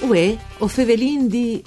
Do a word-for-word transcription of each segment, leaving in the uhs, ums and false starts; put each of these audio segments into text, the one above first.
Uè, o fevelin di...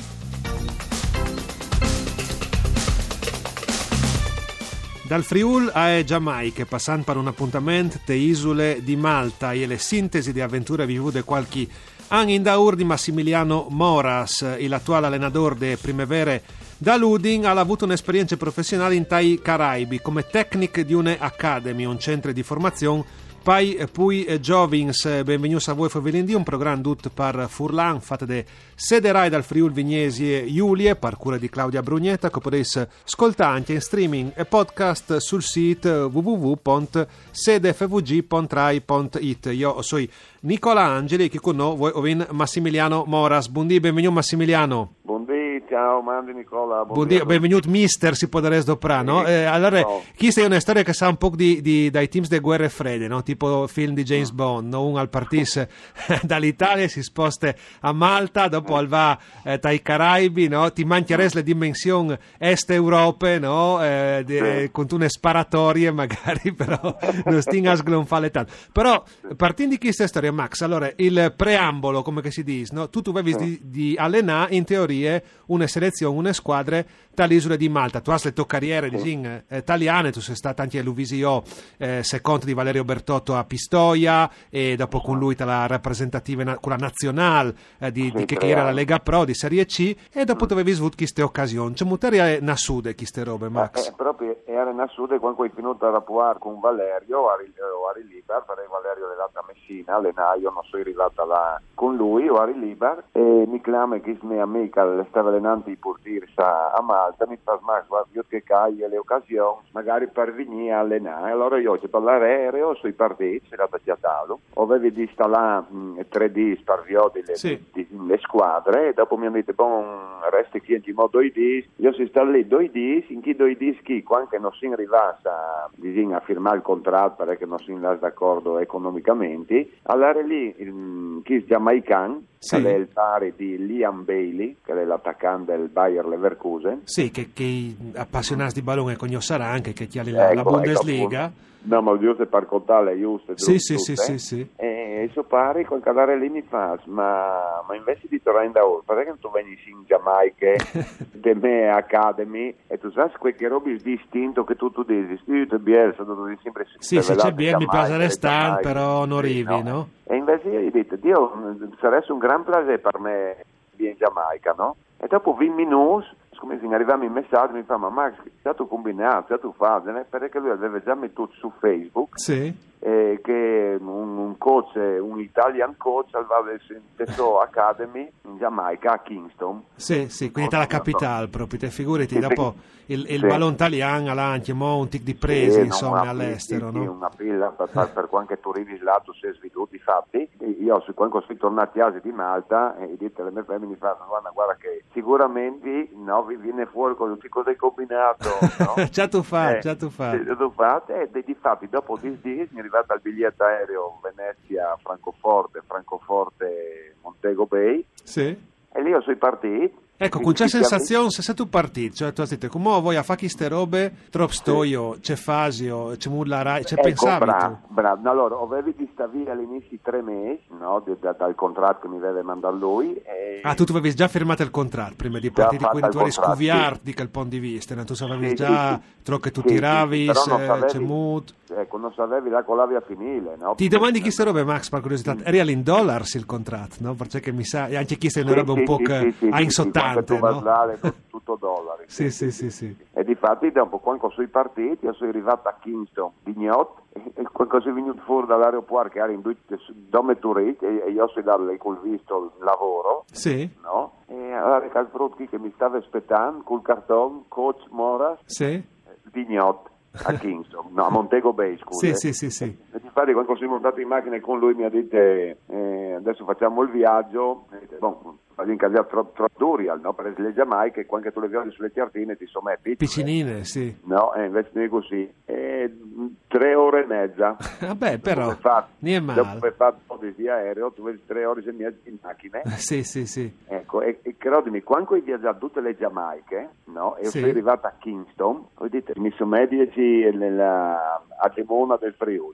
Dal Friul a Giamaica, passando per un appuntamento te isole di Malta e le sintesi di avventure vivute qualche anno in daur di Massimiliano Moras, l'attuale allenatore de Primevere da Ludin, ha avuto un'esperienza professionale in Tai Caraibi come tecnic di un'academy, un centro di formazione. Pai pui Giovins, benvenuti a voi Favelindi, un programma tutto per Furlan, fatto da Sederai dal Friul Vignesi e Giulie, per cura di Claudia Brugnetta, che potete ascoltare anche in streaming e podcast sul sito w w w punto sedefvg punto rai punto it. Io sono Nicola Angeli e qui con noi voi ovin Massimiliano Moras. Buondì, benvenuto Massimiliano. Buondì, ciao Mandi Nicola. Buondì, benvenuto mister, si può dare sdopra, no? Eh, allora, no. Questa è una storia che sa un po' di, di, dai teams delle guerre fredde, no? Tipo film di James Bond, no? Un al partisse dall'Italia, si sposta a Malta, dopo al va eh, dai Caraibi, no? Ti mancheres le dimensioni est-Europe, no? Eh, de, sì. Con tune sparatorie magari, però non stingas non fa le tante. Però, partendo di questa storia, Max, allora, il preambolo, come che si dice, no? Tu tu avevi sì. di, di allenare, in teoria, una selezione, una squadra dall'isola di Malta. Tu hai le tue carriere sì. eh, italiane, tu sei stato anche all'Uvisio eh, secondo di Valerio Bertotto a Pistoia e dopo con lui la rappresentativa na- con la nazionale eh, di, di che, che era la Lega Pro di Serie C e dopo tu avevi avuto queste occasioni. C'è mutere nasude queste robe, Max? Eh, eh, proprio era nasude quando hai finito a rapportare con Valerio o Ari Libar, perché Valerio è arrivato a Messina, allenaio, non sono arrivata là con lui o Ari Libar e mi chiama che mia amica le stava allenando i portieri a Malta, mi fa Max, guarda io che cagli le occasioni, magari per venire a allenare. Allora io ho per l'aereo sui partiti, c'era a tavolo, avevi di installare mh, tre D sparvioti le, sì. di, di, le squadre e dopo mi hanno detto, bon, resti qui in modo due D, io si installai due D, in chi due D chi, quando non si arrivava a, a firmare il contratto perché non si andava d'accordo economicamente, allora lì il, chi giamaicano, sì. Che è il pari di Liam Bailey, che è l'attaccante del Bayer Leverkusen. Sì, che, che appassionati di ballone conoscerà anche, che chi ha la, ecco, la Bundesliga. Ecco, no, ma giusto per contare, giusto. Sì, sì, sì, sì, sì. E il suo pari, quel cadere lì mi fa, ma, ma invece di tornare in Daur, perché tu vieni in Giamaica, de me Academy, e tu sai quel che robi distinto che tu tu dici, sì, tu Bielsa, tu dici sempre... Sì, sì, c'è bien, mi piace restare, però non arrivi, sì, no? no? E invece io gli dico, Dio, sarebbe un gran piacere per me di in Giamaica, no? E dopo venti minuti, come si arrivava il messaggio, mi fa, ma Max, già tu combinato, già tu fai, perché lui aveva già messo su Facebook, sì. eh, che un, un coach, un Italian coach, aveva stesso Academy in Giamaica, a Kingston. Sì, sì, quindi dalla capitale proprio, te figurati, sì, dopo il, il sì. ballon italiano ha anche un tic di presi, sì, insomma, all'estero, sì, no? Una pilla, per, per, per quando tu arrivi là, tu sei sviluto, infatti, io quando sono tornati a Asia di Malta, e dite alle mie femmine, mi fanno, guarda, guarda che sicuramente, no, viene fuori con tutti cosa hai combinato, no? Già tu fai, eh, già tu fai. Già tu fai, e di fatti dopo dieci giorni mi è arrivato il biglietto aereo Venezia, Francoforte, Francoforte, Montego Bay. Sì. E lì io sono partito. Ecco, con c'è sensazione, se sei tu partito, cioè tu hai detto, come vuoi a fare queste robe, troppo stoio, c'è fasio, c'è mulla rai, c'è ecco, pensavi bravo, tu? bravo. Allora, avevi di sta via all'inizio tre mesi, no, da, dal contratto che mi aveva mandato lui. E... Ah, tu, tu avevi già firmato il contratto prima di partire, quindi tu eri scuviarti che il punto di vista, no? Tu sapevi sì, già, sì, sì. tro che tu sì, tiravi, sì, se c'è mood. Ecco, non sapevi la con la via finile, no? Ti domandi chi queste robe, Max, per curiosità, mm. eri in dollars il contratto, no? Perché mi sa, e anche chi sei una roba un po' a insottante, no? Tutto dollari. Sì, sì, sì, sì. E di fatti dopo quando sono partiti, io sono arrivato a Kingston di Gnot e quando sono venuto fuori dall'aeroporto che era in due dormitori e io sono dato col visto il lavoro, sì. No? E allora Calfrutchi che mi stava aspettando col cartone coach Moras, sì. di Gnot a Kingston, no, a Montego Bay, scusa. Sì, sì, sì, sì. E infatti quando sono montato in macchina con lui mi ha detto eh, adesso facciamo il viaggio, eh, bon, in casa troppo tro duri, no? Per le Giamaiche, quando tu le vedi sulle cartine ti sono piccole. Piccinine, sì. No, e invece non è così. E, tre ore e mezza. Vabbè, però, non è male. Dopo che fai un po' di aereo, tu vedi tre ore e mezza in macchina. Sì, sì, sì. Ecco, e, e credimi, quando hai viaggiato tutte le Giamaiche, no? E sì. Sono arrivato a Kingston, ho detto, mi sono medici nella a Gemona del Friuli.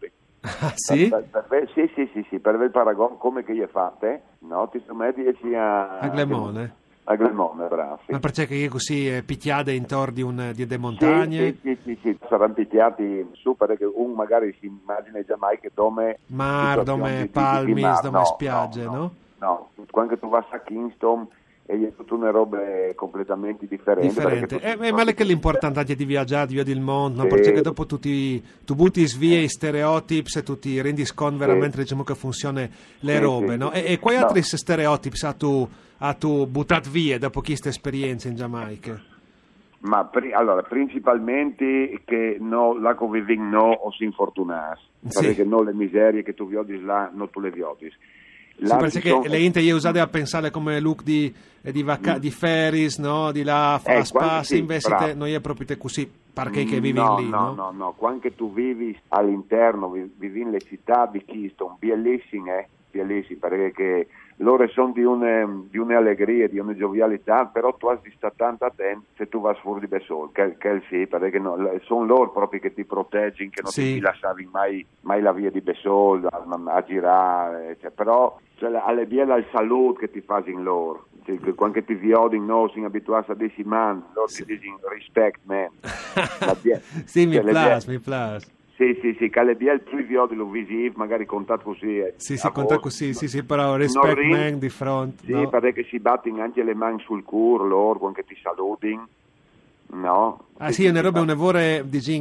Ah, sì? Per, per, per, sì, sì, sì, sì, per il paragone come che gli è fatte, no? Ti metti sia a Glemone. A Glemone, bravo. Sì. Ma perché che così eh, picchiate intorno di, un, di de Sì, montagne? sì, sì, sì, sì. Saranno picchiati su perché un magari si immagina già mai che dome... Mar, dome palmis, dome no, spiagge, no? No, no. no. Quando tu vai a Kingston e è tutte una robe completamente differenti. Differente. E eh, ma è che l'importante anche di viaggiare, di vedere il mondo, sì. no? Perché dopo tu, ti, tu butti via i stereotipi e tu ti rendi conto veramente sì. diciamo, che funzionano le sì, robe, sì, no? Sì. E, e quali no. altri stereotipi ha tu, ha tu buttato via dopo questa esperienza in Giamaica? Ma pri- allora, principalmente che no, la convivi no o si infortunasi, sì. perché no le miserie che tu vedi là, non tu le vedi. Sì, perché sono... le inte usate a pensare come look di, di, vaca- mm. di Ferris, no? Di là a eh, Spa, sì, invece te, non è proprio così, perché che vivi no, lì, no? No, no, no, quando tu vivi all'interno, vivi nelle città di Keystone, bellissime, eh? bellissime, perché che loro sono di, une, di un'allegria, di una giovialità, però tu hai di stare tanto attento se tu vai fuori di Besol, che, che sì, perché no, sono loro proprio che ti proteggono, che non sì. ti lasciavi mai, mai la via di Besol a, a girare, cioè, però cioè, alle bielle al saluto che ti fai in loro, cioè, quando ti viodi no, si abituati a dirsi man, loro sì. ti dicono respect man. bie- sì, cioè, mi piace, mi piace. Sì, sì, sì, che le bielle più viodi lo visivo, magari contato così. Eh, sì, sì, contato così, sì, sì, però respect ring, man di fronte. Sì, no? perché si battono anche le mani sul culo, loro, quando ti salutano. No? Ah sì, è una roba, un'evore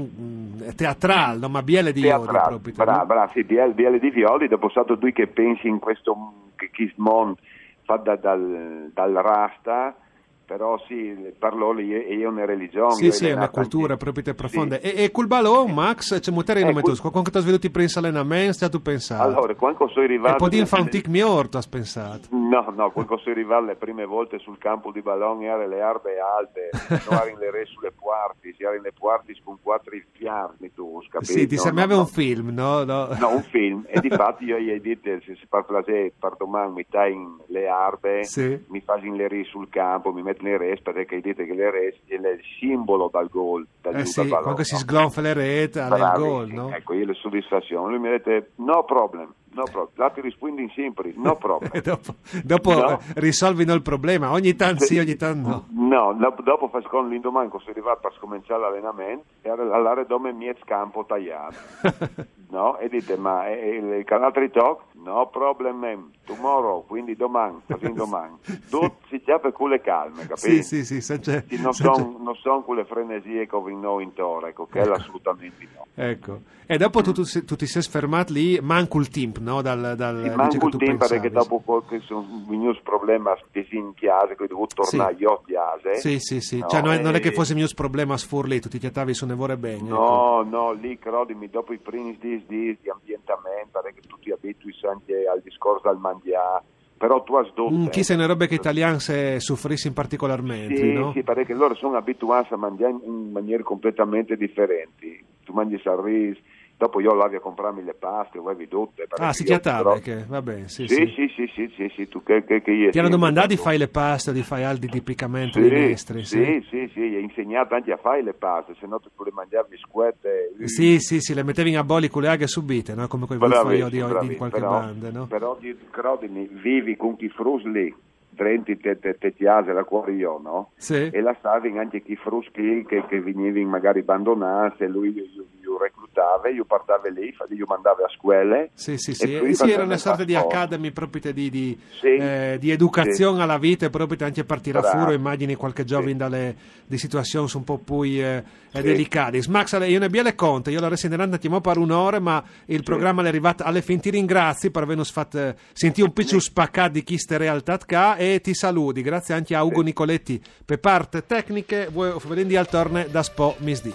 teatrale, no? Ma biele di Viodi proprio. Brava, no? brava, sì, biele, biele di Viodi, dopo stato tu che pensi in questo che Kismon fa da, dal, dal Rasta, però sì, parlo lì è una religione. Sì, sì, è una cultura proprio profonda. Sì. E, e col balò, Max, c'è molto in nome tu, quando ti hai svenuto in allenamento, stai tu pensato? Allora, quando sono arrivato... E poi ti fa un tic miorto, hai pensato? No, no, quando sono arrivato le prime volte sul campo di ballon erano le erbe alte, non erano le re sulle puarti, si erano le puarti con quattro fiammi, tu, capito? Sì, ti no, sembrava no, un no. film, no? No, no un film, e di fatti io gli ho detto, se si parla per domani mi tai le erbe, sì. mi fai le re sul campo, mi metto le res, perché dite che le res è il simbolo dal gol, dal eh sì, ballone, quando no? si sgonfia le rete, ha il gol, no? Ecco, io le soddisfazioni, lui mi ha detto, no problem. No problem, là ti rispondi sempre, no problem. dopo dopo no. risolvino il problema, ogni tanto sì, ogni tanto no. No, dopo fai con l'indomani, quando sono arrivato per scominciare l'allenamento, era all'area dove mi è campo tagliato. No? E dite, ma è il canale talk? No problem, man. Tomorrow, quindi domani, facendo domani. Tutti si già per quelle calme, capito? Sì, sì, sì. Sence, sì non sono non son quelle frenesie che vi no intorno, ecco, che ecco. assolutamente no. Ecco. E dopo tu, tu, tu ti sei fermato lì, manco il team, no? Dal, dal, sì, manco il team perché dopo qualche sono venuti problemi in chiesa, che ho dovuto tornare sì. io a chiesa. Sì, sì, sì. No, cioè non è, e... non è che fosse mio problema a sfurli, tu ti chiatavi su nevore bene. No, ecco. no, lì credimi, dopo i primi di, di, di ambientamento, perché tu ti abitui anche al discorso al mangiare, però tu hai sdotte. Mm, chi se ne robe che italiani se soffrissi particolarmente, sì, no? Sì, perché loro sono abituati a mangiare in maniere completamente differenti. Tu mangi sarris, dopo io l'avevo a comprarmi le paste, avevi tutte. Ah, si chiatava, che va bene, sì, sì. Sì, sì, sì, sì, sì, sì, tu che, che, che ti hanno domandato di fare le paste, di fare altri tipicamente sì, di estri, sì, sì, sì, sì, hai insegnato anche a fare le paste, se no tu le mangiavi squette. Sì, sì, sì, le mettevi in aboli con le aghe subite, no? Come quei buffoni io di, di, di qualche però, banda, no? Però, credimi, vivi con chi frusli, trenti te, te, te chiase la cuore io, no? Sì. E la stavi anche chi fruschi che, che venivi magari abbandonati, e lui io, io, io reclutava, io partavo lì, io mandavo a scuole. Sì, sì, sì, e sì, era una sorta di academy proprio di, di, sì, eh, di educazione sì. alla vita, proprio anche partire a furo, immagini qualche giovane sì. dalle di situazioni un po' più eh, sì. delicate. Max, io ne abbia le conte, io la resenderanda ti per un'ora, ma il sì. programma è arrivato alle fin, ti ringrazio per averci fatto sentire un piccolo sì. spaccato di chi ste realtà qua e ti saluti, grazie anche a Ugo sì. Nicoletti per parte tecniche, voi vedendo al torne da Spo Misdi.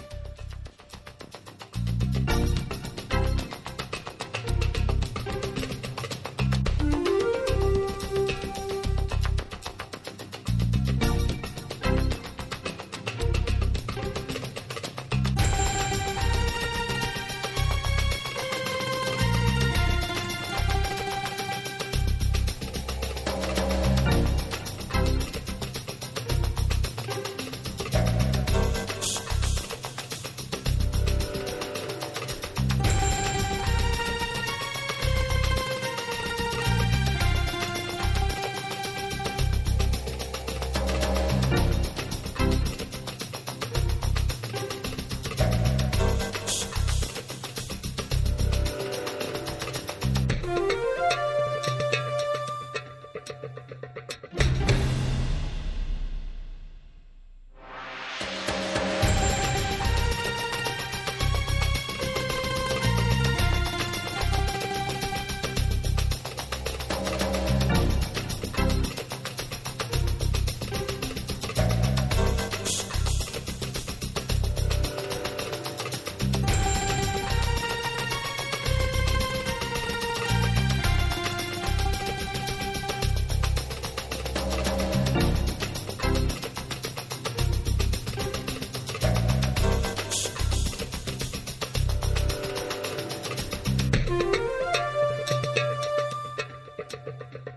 Ciao.